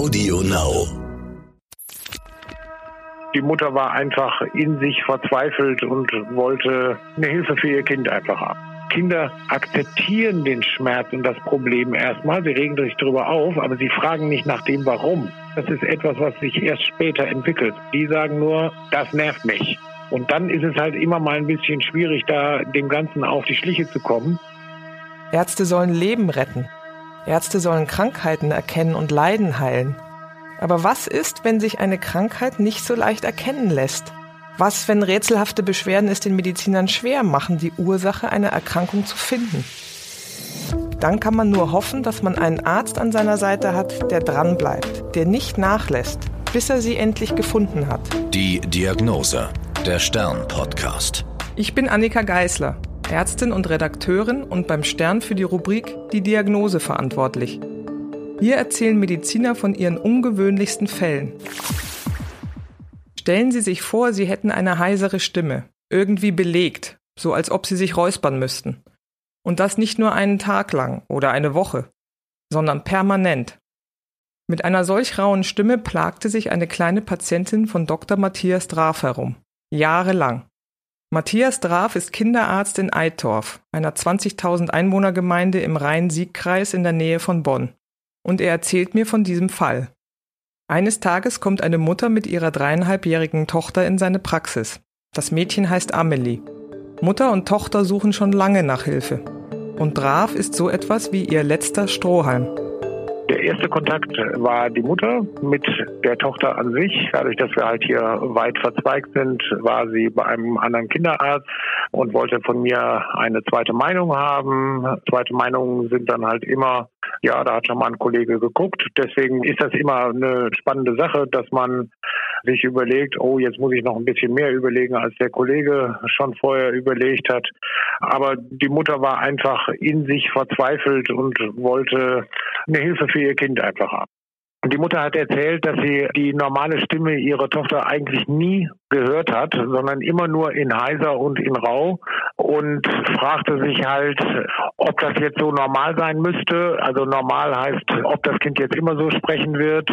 Audio Now. Die Mutter war einfach in sich verzweifelt und wollte eine Hilfe für ihr Kind einfach haben. Kinder akzeptieren den Schmerz und das Problem erstmal. Sie regen sich darüber auf, aber sie fragen nicht nach dem Warum. Das ist etwas, was sich erst später entwickelt. Die sagen nur, das nervt mich. Und dann ist es halt immer mal ein bisschen schwierig, da dem Ganzen auf die Schliche zu kommen. Ärzte sollen Leben retten. Ärzte sollen Krankheiten erkennen und Leiden heilen. Aber was ist, wenn sich eine Krankheit nicht so leicht erkennen lässt? Was, wenn rätselhafte Beschwerden es den Medizinern schwer machen, die Ursache einer Erkrankung zu finden? Dann kann man nur hoffen, dass man einen Arzt an seiner Seite hat, der dranbleibt, der nicht nachlässt, bis er sie endlich gefunden hat. Die Diagnose, der Stern-Podcast. Ich bin Annika Geisler, Ärztin und Redakteurin und beim Stern für die Rubrik Die Diagnose verantwortlich. Hier erzählen Mediziner von ihren ungewöhnlichsten Fällen. Stellen Sie sich vor, Sie hätten eine heisere Stimme, irgendwie belegt, so als ob Sie sich räuspern müssten. Und das nicht nur einen Tag lang oder eine Woche, sondern permanent. Mit einer solch rauen Stimme plagte sich eine kleine Patientin von Dr. Matthias Draf herum. Jahrelang. Matthias Draf ist Kinderarzt in Eitorf, einer 20.000 Einwohnergemeinde im Rhein-Sieg-Kreis in der Nähe von Bonn. Und er erzählt mir von diesem Fall. Eines Tages kommt eine Mutter mit ihrer 3,5-jährigen Tochter in seine Praxis. Das Mädchen heißt Amelie. Mutter und Tochter suchen schon lange nach Hilfe. Und Draf ist so etwas wie ihr letzter Strohhalm. Der erste Kontakt war die Mutter mit der Tochter an sich. Dadurch, dass wir halt hier weit verzweigt sind, war sie bei einem anderen Kinderarzt und wollte von mir eine zweite Meinung haben. Zweite Meinungen sind dann halt immer, ja, da hat schon mal ein Kollege geguckt. Deswegen ist das immer eine spannende Sache, dass man sich überlegt, oh, jetzt muss ich noch ein bisschen mehr überlegen, als der Kollege schon vorher überlegt hat. Aber die Mutter war einfach in sich verzweifelt und wollte eine Hilfe für ihr Kind einfach haben. Und die Mutter hat erzählt, dass sie die normale Stimme ihrer Tochter eigentlich nie gehört hat, sondern immer nur in heiser und in rau und fragte sich halt, ob das jetzt so normal sein müsste. Also normal heißt, ob das Kind jetzt immer so sprechen wird.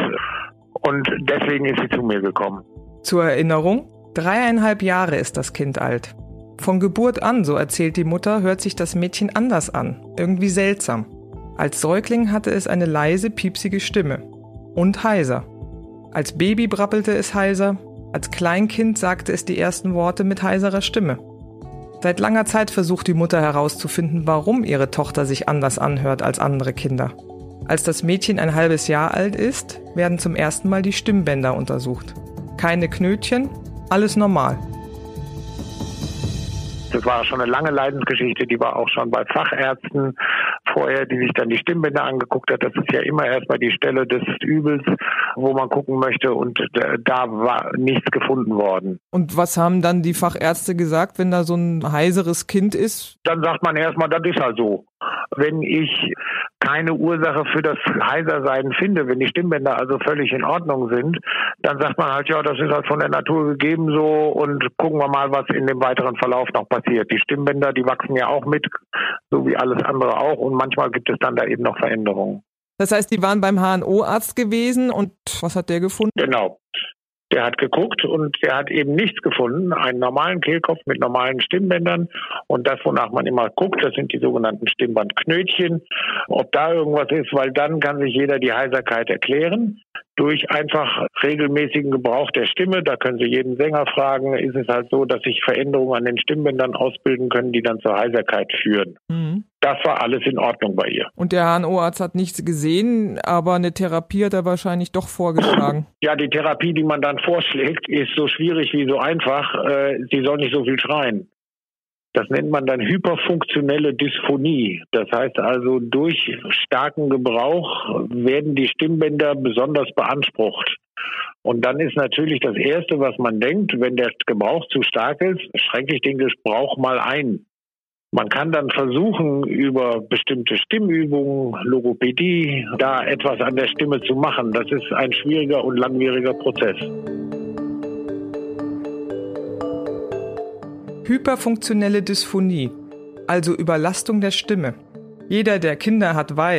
Und deswegen ist sie zu mir gekommen. Zur Erinnerung, 3,5 Jahre ist das Kind alt. Von Geburt an, so erzählt die Mutter, hört sich das Mädchen anders an, irgendwie seltsam. Als Säugling hatte es eine leise, piepsige Stimme. Und heiser. Als Baby brabbelte es heiser, als Kleinkind sagte es die ersten Worte mit heiserer Stimme. Seit langer Zeit versucht die Mutter herauszufinden, warum ihre Tochter sich anders anhört als andere Kinder. Als das Mädchen ein halbes Jahr alt ist, werden zum ersten Mal die Stimmbänder untersucht. Keine Knötchen, alles normal. Das war schon eine lange Leidensgeschichte, die war auch schon bei Fachärzten vorher, die sich dann die Stimmbänder angeguckt hat. Das ist ja immer erstmal die Stelle des Übels, wo man gucken möchte, und da war nichts gefunden worden. Und was haben dann die Fachärzte gesagt, wenn da so ein heiseres Kind ist? Dann sagt man erstmal, das ist halt so. Wenn ich keine Ursache für das Heisersein finde, wenn die Stimmbänder also völlig in Ordnung sind, dann sagt man halt, ja, das ist halt von der Natur gegeben so, und gucken wir mal, was in dem weiteren Verlauf noch passiert. Die Stimmbänder, die wachsen ja auch mit, so wie alles andere auch, und manchmal gibt es dann da eben noch Veränderungen. Das heißt, die waren beim HNO-Arzt gewesen, und was hat der gefunden? Genau. Der hat geguckt und der hat eben nichts gefunden, einen normalen Kehlkopf mit normalen Stimmbändern, und das, wonach man immer guckt, das sind die sogenannten Stimmbandknötchen, ob da irgendwas ist, weil dann kann sich jeder die Heiserkeit erklären. Durch einfach regelmäßigen Gebrauch der Stimme, da können Sie jeden Sänger fragen, ist es halt so, dass sich Veränderungen an den Stimmbändern ausbilden können, die dann zur Heiserkeit führen. Mhm. Das war alles in Ordnung bei ihr. Und der HNO-Arzt hat nichts gesehen, aber eine Therapie hat er wahrscheinlich doch vorgeschlagen. Ja, die Therapie, die man dann vorschlägt, ist so schwierig wie so einfach. Sie soll nicht so viel schreien. Das nennt man dann hyperfunktionelle Dysphonie. Das heißt also, durch starken Gebrauch werden die Stimmbänder besonders beansprucht. Und dann ist natürlich das Erste, was man denkt, wenn der Gebrauch zu stark ist, schränke ich den Gebrauch mal ein. Man kann dann versuchen, über bestimmte Stimmübungen, Logopädie, da etwas an der Stimme zu machen. Das ist ein schwieriger und langwieriger Prozess. Hyperfunktionelle Dysphonie, also Überlastung der Stimme. Jeder, der Kinder hat, weiß,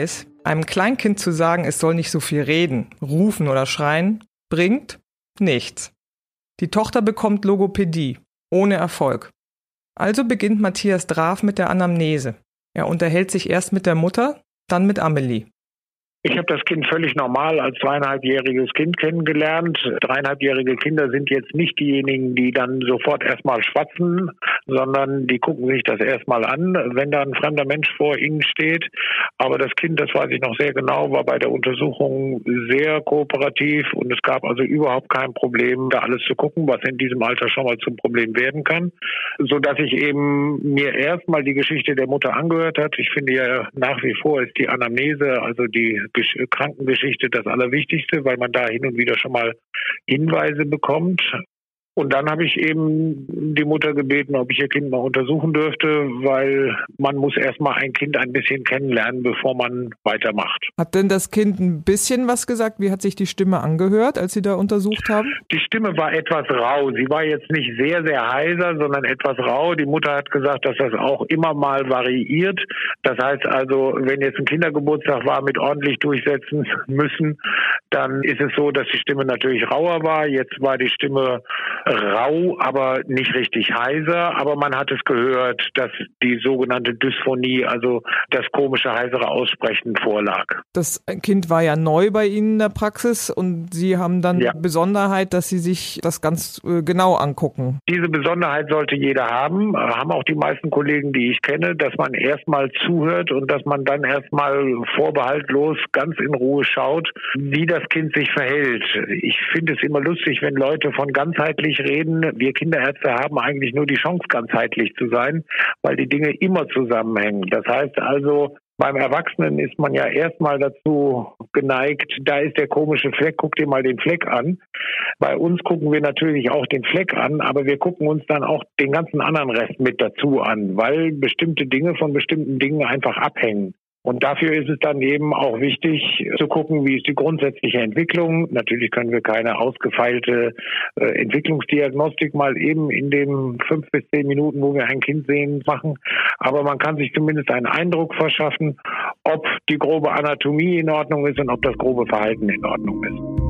Einem Kleinkind zu sagen, es soll nicht so viel reden, rufen oder schreien, bringt nichts. Die Tochter bekommt Logopädie, ohne Erfolg. Also beginnt Matthias Draf mit der Anamnese. Er unterhält sich erst mit der Mutter, dann mit Amelie. Ich habe das Kind völlig normal als 3,5-jähriges Kind kennengelernt. 3,5-jährige Kinder sind jetzt nicht diejenigen, die dann sofort erstmal schwatzen, sondern die gucken sich das erstmal an, wenn da ein fremder Mensch vor ihnen steht. Aber das Kind, das weiß ich noch sehr genau, war bei der Untersuchung sehr kooperativ und es gab also überhaupt kein Problem, da alles zu gucken, was in diesem Alter schon mal zum Problem werden kann. Sodass ich eben mir erstmal die Geschichte der Mutter angehört habe. Ich finde ja nach wie vor ist die Anamnese, also die Krankengeschichte das Allerwichtigste, weil man da hin und wieder schon mal Hinweise bekommt. Und dann habe ich eben die Mutter gebeten, ob ich ihr Kind mal untersuchen dürfte, weil man muss erstmal ein Kind ein bisschen kennenlernen, bevor man weitermacht. Hat denn das Kind ein bisschen was gesagt? Wie hat sich die Stimme angehört, als Sie da untersucht haben? Die Stimme war etwas rau. Sie war jetzt nicht sehr, sehr heiser, sondern etwas rau. Die Mutter hat gesagt, dass das auch immer mal variiert. Das heißt also, wenn jetzt ein Kindergeburtstag war mit ordentlich durchsetzen müssen, dann ist es so, dass die Stimme natürlich rauer war. Jetzt war die Stimme rau, aber nicht richtig heiser. Aber man hat es gehört, dass die sogenannte Dysphonie, also das komische heisere Aussprechen vorlag. Das Kind war ja neu bei Ihnen in der Praxis und Sie haben dann die Besonderheit, dass Sie sich das ganz genau angucken. Diese Besonderheit sollte jeder haben auch die meisten Kollegen, die ich kenne, dass man erstmal zuhört und dass man dann erstmal vorbehaltlos ganz in Ruhe schaut, wie das Kind sich verhält. Ich finde es immer lustig, wenn Leute von ganzheitlich reden. Wir Kinderärzte haben eigentlich nur die Chance, ganzheitlich zu sein, weil die Dinge immer zusammenhängen. Das heißt also, beim Erwachsenen ist man ja erstmal dazu geneigt, da ist der komische Fleck, guck dir mal den Fleck an. Bei uns gucken wir natürlich auch den Fleck an, aber wir gucken uns dann auch den ganzen anderen Rest mit dazu an, weil bestimmte Dinge von bestimmten Dingen einfach abhängen. Und dafür ist es dann eben auch wichtig zu gucken, wie ist die grundsätzliche Entwicklung. Natürlich können wir keine ausgefeilte Entwicklungsdiagnostik mal eben in den 5 bis 10 Minuten, wo wir ein Kind sehen, machen. Aber man kann sich zumindest einen Eindruck verschaffen, ob die grobe Anatomie in Ordnung ist und ob das grobe Verhalten in Ordnung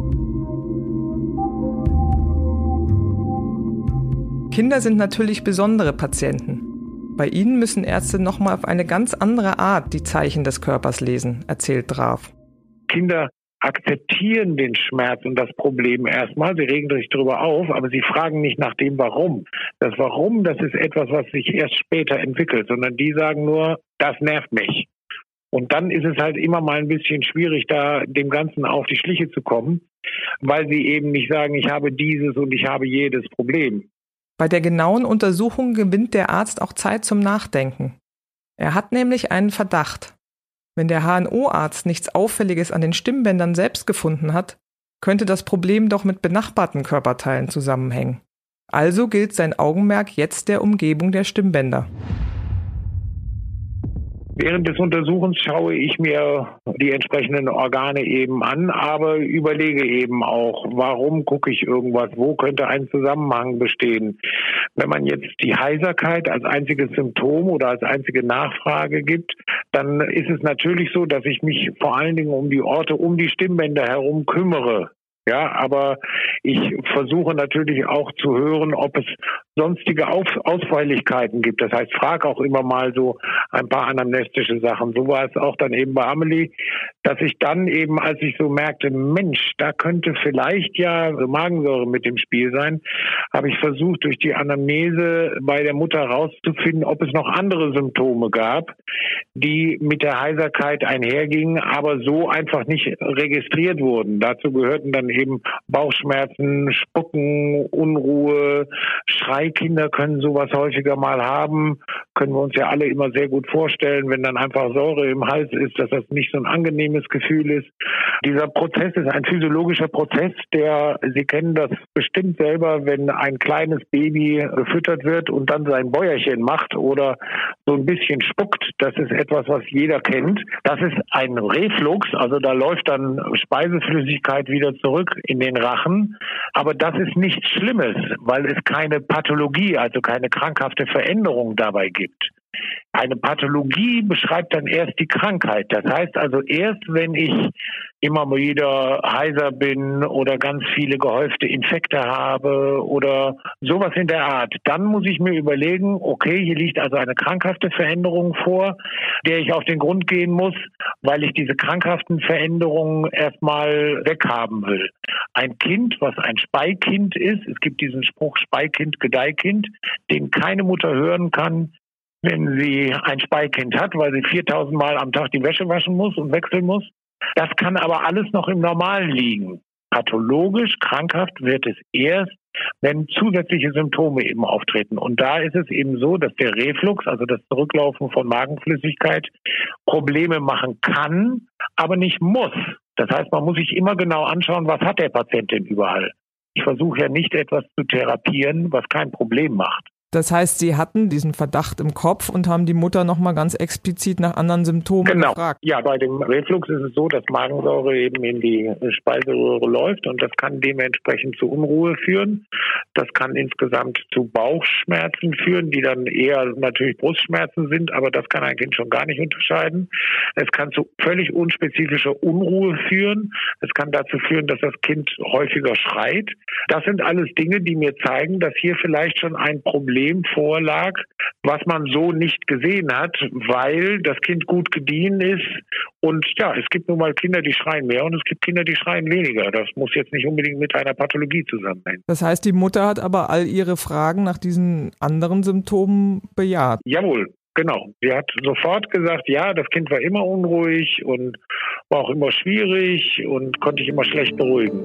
ist. Kinder sind natürlich besondere Patienten. Bei ihnen müssen Ärzte nochmal auf eine ganz andere Art die Zeichen des Körpers lesen, erzählt Draf. Kinder akzeptieren den Schmerz und das Problem erstmal. Sie regen sich darüber auf, aber sie fragen nicht nach dem Warum. Das Warum, das ist etwas, was sich erst später entwickelt, sondern die sagen nur, das nervt mich. Und dann ist es halt immer mal ein bisschen schwierig, da dem Ganzen auf die Schliche zu kommen, weil sie eben nicht sagen, ich habe dieses und ich habe jedes Problem. Bei der genauen Untersuchung gewinnt der Arzt auch Zeit zum Nachdenken. Er hat nämlich einen Verdacht. Wenn der HNO-Arzt nichts Auffälliges an den Stimmbändern selbst gefunden hat, könnte das Problem doch mit benachbarten Körperteilen zusammenhängen. Also gilt sein Augenmerk jetzt der Umgebung der Stimmbänder. Während des Untersuchens schaue ich mir die entsprechenden Organe eben an, aber überlege eben auch, warum gucke ich irgendwas, wo könnte ein Zusammenhang bestehen. Wenn man jetzt die Heiserkeit als einziges Symptom oder als einzige Nachfrage gibt, dann ist es natürlich so, dass ich mich vor allen Dingen um die Orte, um die Stimmbänder herum kümmere. Ja, aber ich versuche natürlich auch zu hören, ob es sonstige Ausfälligkeiten gibt. Das heißt, frage auch immer mal so ein paar anamnestische Sachen. So war es auch dann eben bei Amelie, dass ich dann eben, als ich so merkte, Mensch, da könnte vielleicht ja Magensäure mit im Spiel sein, habe ich versucht, durch die Anamnese bei der Mutter herauszufinden, ob es noch andere Symptome gab, die mit der Heiserkeit einhergingen, aber so einfach nicht registriert wurden. Dazu gehörten dann eben Bauchschmerzen, Spucken, Unruhe, Schreikinder können sowas häufiger mal haben. Können wir uns ja alle immer sehr gut vorstellen, wenn dann einfach Säure im Hals ist, dass das nicht so ein angenehmes Gefühl ist. Dieser Prozess ist ein physiologischer Prozess, Sie kennen das bestimmt selber, wenn ein kleines Baby gefüttert wird und dann sein Bäuerchen macht oder so ein bisschen spuckt. Das ist etwas, was jeder kennt. Das ist ein Reflux, also da läuft dann Speiseflüssigkeit wieder zurück in den Rachen. Aber das ist nichts Schlimmes, weil es keine Pathologie, also keine krankhafte Veränderung dabei gibt. Eine Pathologie beschreibt dann erst die Krankheit. Das heißt also erst, wenn ich immer wieder heiser bin oder ganz viele gehäufte Infekte habe oder sowas in der Art, dann muss ich mir überlegen, okay, hier liegt also eine krankhafte Veränderung vor, der ich auf den Grund gehen muss, weil ich diese krankhaften Veränderungen erstmal weghaben will. Ein Kind, was ein Speikind ist, es gibt diesen Spruch Speikind, Gedeihkind, den keine Mutter hören kann, wenn sie ein Speikind hat, weil sie 4000 Mal am Tag die Wäsche waschen muss und wechseln muss. Das kann aber alles noch im Normalen liegen. Pathologisch, krankhaft wird es erst, wenn zusätzliche Symptome eben auftreten. Und da ist es eben so, dass der Reflux, also das Zurücklaufen von Magenflüssigkeit, Probleme machen kann, aber nicht muss. Das heißt, man muss sich immer genau anschauen, was hat der Patient denn überall. Ich versuche ja nicht etwas zu therapieren, was kein Problem macht. Das heißt, Sie hatten diesen Verdacht im Kopf und haben die Mutter nochmal ganz explizit nach anderen Symptomen gefragt. Ja, bei dem Reflux ist es so, dass Magensäure eben in die Speiseröhre läuft und das kann dementsprechend zu Unruhe führen. Das kann insgesamt zu Bauchschmerzen führen, die dann eher natürlich Brustschmerzen sind, aber das kann ein Kind schon gar nicht unterscheiden. Es kann zu völlig unspezifischer Unruhe führen. Es kann dazu führen, dass das Kind häufiger schreit. Das sind alles Dinge, die mir zeigen, dass hier vielleicht schon ein Problem vorlag, was man so nicht gesehen hat, weil das Kind gut gediehen ist. Und ja, es gibt nun mal Kinder, die schreien mehr und es gibt Kinder, die schreien weniger. Das muss jetzt nicht unbedingt mit einer Pathologie zusammenhängen. Das heißt, die Mutter hat aber all ihre Fragen nach diesen anderen Symptomen bejaht. Jawohl. Genau. Sie hat sofort gesagt, ja, das Kind war immer unruhig und war auch immer schwierig und konnte ich immer schlecht beruhigen.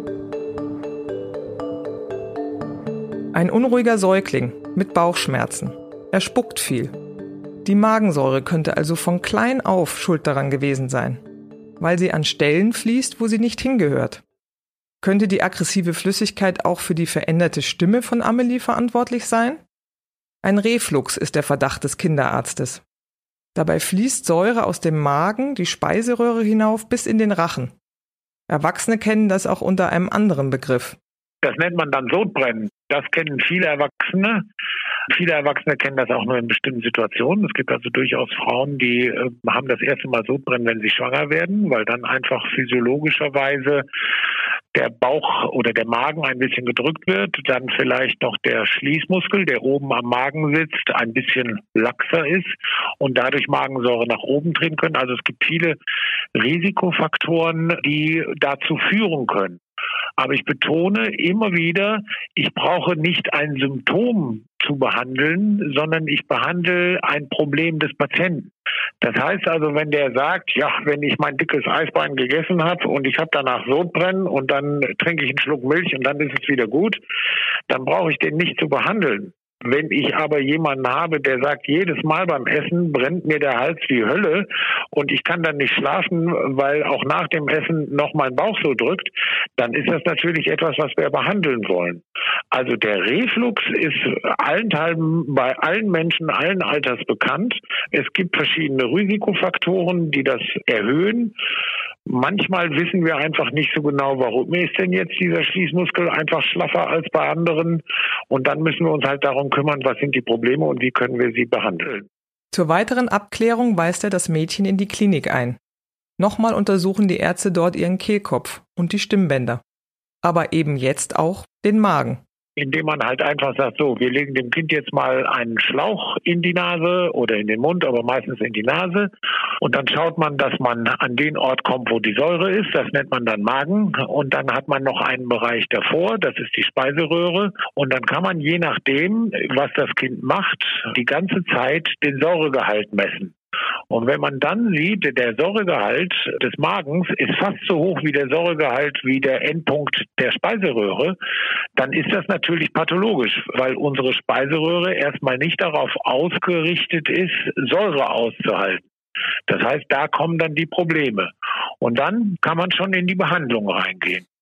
Ein unruhiger Säugling mit Bauchschmerzen. Er spuckt viel. Die Magensäure könnte also von klein auf schuld daran gewesen sein, weil sie an Stellen fließt, wo sie nicht hingehört. Könnte die aggressive Flüssigkeit auch für die veränderte Stimme von Amelie verantwortlich sein? Ein Reflux ist der Verdacht des Kinderarztes. Dabei fließt Säure aus dem Magen die Speiseröhre hinauf bis in den Rachen. Erwachsene kennen das auch unter einem anderen Begriff. Das nennt man dann Sodbrennen. Das kennen viele Erwachsene. Viele Erwachsene kennen das auch nur in bestimmten Situationen. Es gibt also durchaus Frauen, die haben das erste Mal Sodbrennen, wenn sie schwanger werden, weil dann einfach physiologischerweise der Bauch oder der Magen ein bisschen gedrückt wird, dann vielleicht noch der Schließmuskel, der oben am Magen sitzt, ein bisschen laxer ist und dadurch Magensäure nach oben drehen können. Also es gibt viele Risikofaktoren, die dazu führen können. Aber ich betone immer wieder, ich brauche nicht ein Symptom zu behandeln, sondern ich behandle ein Problem des Patienten. Das heißt also, wenn der sagt, ja, wenn ich mein dickes Eisbein gegessen habe und ich habe danach Sodbrennen und dann trinke ich einen Schluck Milch und dann ist es wieder gut, dann brauche ich den nicht zu behandeln. Wenn ich aber jemanden habe, der sagt, jedes Mal beim Essen brennt mir der Hals wie Hölle und ich kann dann nicht schlafen, weil auch nach dem Essen noch mein Bauch so drückt, dann ist das natürlich etwas, was wir behandeln wollen. Also der Reflux ist allenthalben bei allen Menschen allen Alters bekannt. Es gibt verschiedene Risikofaktoren, die das erhöhen. Manchmal wissen wir einfach nicht so genau, warum ist denn jetzt dieser Schließmuskel einfach schlaffer als bei anderen. Und dann müssen wir uns halt darum kümmern, was sind die Probleme und wie können wir sie behandeln. Zur weiteren Abklärung weist er das Mädchen in die Klinik ein. Nochmal untersuchen die Ärzte dort ihren Kehlkopf und die Stimmbänder. Aber eben jetzt auch den Magen. Indem man halt einfach sagt, so, wir legen dem Kind jetzt mal einen Schlauch in die Nase oder in den Mund, aber meistens in die Nase. Und dann schaut man, dass man an den Ort kommt, wo die Säure ist. Das nennt man dann Magen. Und dann hat man noch einen Bereich davor, das ist die Speiseröhre. Und dann kann man je nachdem, was das Kind macht, die ganze Zeit den Säuregehalt messen. Und wenn man dann sieht, der Säuregehalt des Magens ist fast so hoch wie der Säuregehalt wie der Endpunkt der Speiseröhre, dann ist das natürlich pathologisch, weil unsere Speiseröhre erstmal nicht darauf ausgerichtet ist, Säure auszuhalten. Das heißt, da kommen dann die Probleme. Und dann kann man schon in die Behandlung reingehen.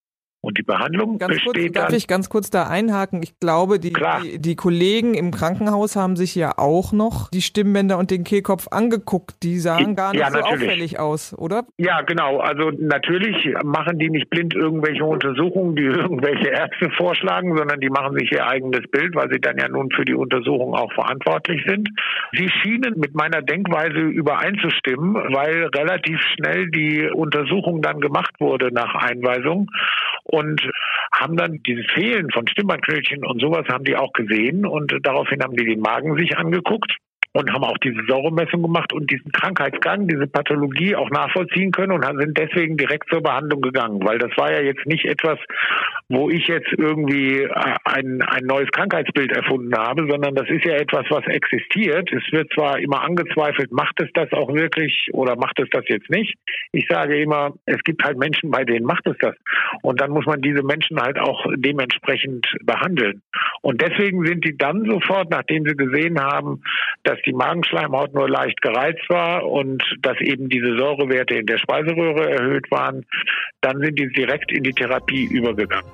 Und die Behandlung besteht dann... Darf ich ganz kurz da einhaken? Ich glaube, die Kollegen im Krankenhaus haben sich ja auch noch die Stimmbänder und den Kehlkopf angeguckt. Die sahen gar nicht so auffällig aus, oder? Ja, genau. Also natürlich machen die nicht blind irgendwelche Untersuchungen, die irgendwelche Ärzte vorschlagen, sondern die machen sich ihr eigenes Bild, weil sie dann ja nun für die Untersuchung auch verantwortlich sind. Sie schienen mit meiner Denkweise übereinzustimmen, weil relativ schnell die Untersuchung dann gemacht wurde nach Einweisung. Und haben dann dieses Fehlen von Stimmbandknötchen und sowas haben die auch gesehen und daraufhin haben die den Magen sich angeguckt und haben auch diese Säuremessung gemacht und diesen Krankheitsgang, diese Pathologie auch nachvollziehen können und sind deswegen direkt zur Behandlung gegangen, weil das war ja jetzt nicht etwas, wo ich jetzt irgendwie ein neues Krankheitsbild erfunden habe, sondern das ist ja etwas, was existiert. Es wird zwar immer angezweifelt, macht es das auch wirklich oder macht es das jetzt nicht? Ich sage immer, es gibt halt Menschen, bei denen macht es das. Und dann muss man diese Menschen halt auch dementsprechend behandeln. Und deswegen sind die dann sofort, nachdem sie gesehen haben, dass die Magenschleimhaut nur leicht gereizt war und dass eben diese Säurewerte in der Speiseröhre erhöht waren, dann sind die direkt in die Therapie übergegangen.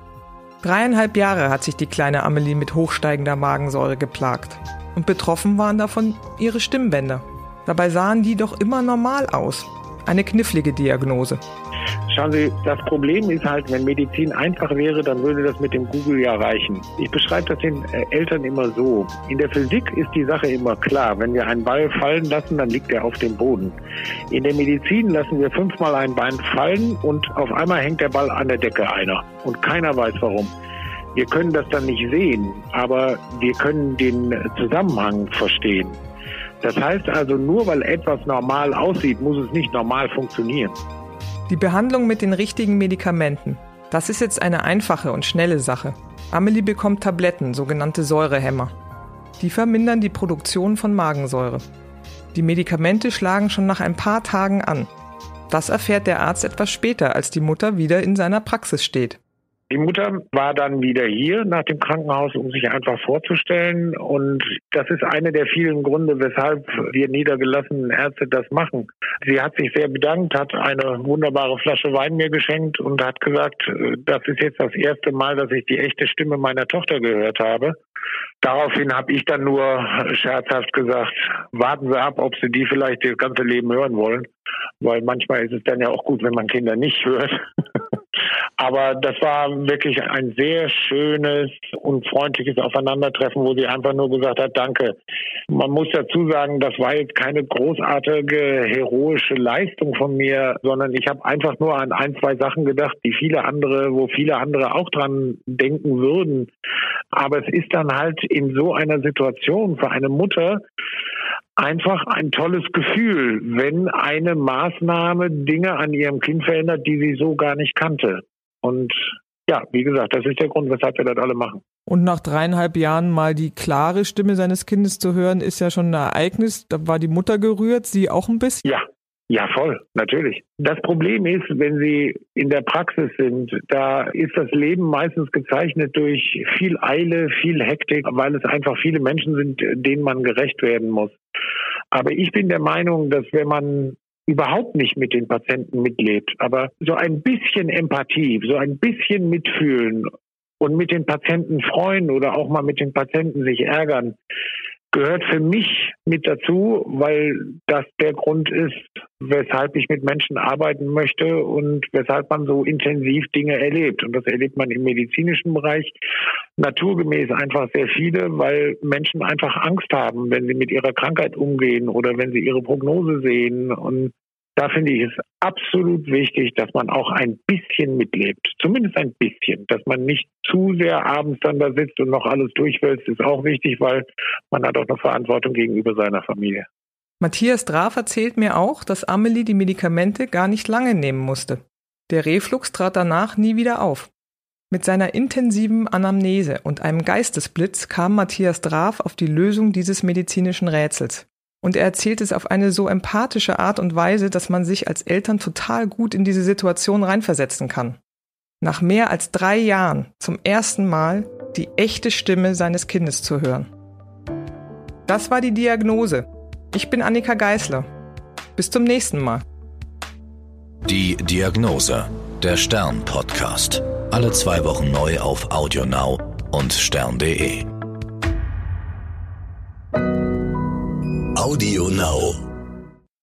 3,5 Jahre hat sich die kleine Amelie mit hochsteigender Magensäure geplagt. Und betroffen waren davon ihre Stimmbänder. Dabei sahen die doch immer normal aus. Eine knifflige Diagnose. Schauen Sie, das Problem ist halt, wenn Medizin einfach wäre, dann würde das mit dem Google ja reichen. Ich beschreibe das den Eltern immer so. In der Physik ist die Sache immer klar. Wenn wir einen Ball fallen lassen, dann liegt er auf dem Boden. In der Medizin lassen wir 5-mal ein Bein fallen und auf einmal hängt der Ball an der Decke einer. Und keiner weiß warum. Wir können das dann nicht sehen, aber wir können den Zusammenhang verstehen. Das heißt also, nur weil etwas normal aussieht, muss es nicht normal funktionieren. Die Behandlung mit den richtigen Medikamenten. Das ist jetzt eine einfache und schnelle Sache. Amelie bekommt Tabletten, sogenannte Säurehämmer. Die vermindern die Produktion von Magensäure. Die Medikamente schlagen schon nach ein paar Tagen an. Das erfährt der Arzt etwas später, als die Mutter wieder in seiner Praxis steht. Die Mutter war dann wieder hier nach dem Krankenhaus, um sich einfach vorzustellen. Und das ist einer der vielen Gründe, weshalb wir niedergelassenen Ärzte das machen. Sie hat sich sehr bedankt, hat eine wunderbare Flasche Wein mir geschenkt und hat gesagt, das ist jetzt das erste Mal, dass ich die echte Stimme meiner Tochter gehört habe. Daraufhin habe ich dann nur scherzhaft gesagt, warten Sie ab, ob Sie die vielleicht das ganze Leben hören wollen. Weil manchmal ist es dann ja auch gut, wenn man Kinder nicht hört. Aber das war wirklich ein sehr schönes und freundliches Aufeinandertreffen, wo sie einfach nur gesagt hat, danke. Man muss dazu sagen, das war jetzt keine großartige, heroische Leistung von mir, sondern ich habe einfach nur an 1-2 Sachen gedacht, wo viele andere auch dran denken würden. Aber es ist dann halt in so einer Situation für eine Mutter einfach ein tolles Gefühl, wenn eine Maßnahme Dinge an ihrem Kind verändert, die sie so gar nicht kannte. Und ja, wie gesagt, das ist der Grund, weshalb wir das alle machen. Und nach 3,5 Jahren mal die klare Stimme seines Kindes zu hören, ist ja schon ein Ereignis. Da war die Mutter gerührt, sie auch ein bisschen? Ja, voll, natürlich. Das Problem ist, wenn Sie in der Praxis sind, da ist das Leben meistens gezeichnet durch viel Eile, viel Hektik, weil es einfach viele Menschen sind, denen man gerecht werden muss. Aber ich bin der Meinung, dass wenn man überhaupt nicht mit den Patienten mitlebt, aber so ein bisschen Empathie, so ein bisschen Mitfühlen und mit den Patienten freuen oder auch mal mit den Patienten sich ärgern, gehört für mich mit dazu, weil das der Grund ist, weshalb ich mit Menschen arbeiten möchte und weshalb man so intensiv Dinge erlebt. Und das erlebt man im medizinischen Bereich naturgemäß einfach sehr viele, weil Menschen einfach Angst haben, wenn sie mit ihrer Krankheit umgehen oder wenn sie ihre Prognose sehen. Und da finde ich es absolut wichtig, dass man auch ein bisschen mitlebt. Zumindest ein bisschen. Dass man nicht zu sehr abends dann da sitzt und noch alles durchwälzt, ist auch wichtig, weil man hat auch eine Verantwortung gegenüber seiner Familie. Matthias Draf erzählt mir auch, dass Amelie die Medikamente gar nicht lange nehmen musste. Der Reflux trat danach nie wieder auf. Mit seiner intensiven Anamnese und einem Geistesblitz kam Matthias Draf auf die Lösung dieses medizinischen Rätsels. Und er erzählt es auf eine so empathische Art und Weise, dass man sich als Eltern total gut in diese Situation reinversetzen kann. Nach mehr als 3 Jahren zum ersten Mal die echte Stimme seines Kindes zu hören. Das war die Diagnose. Ich bin Annika Geisler. Bis zum nächsten Mal. Die Diagnose, der Stern-Podcast. Alle 2 Wochen neu auf AudioNow und stern.de. AudioNow.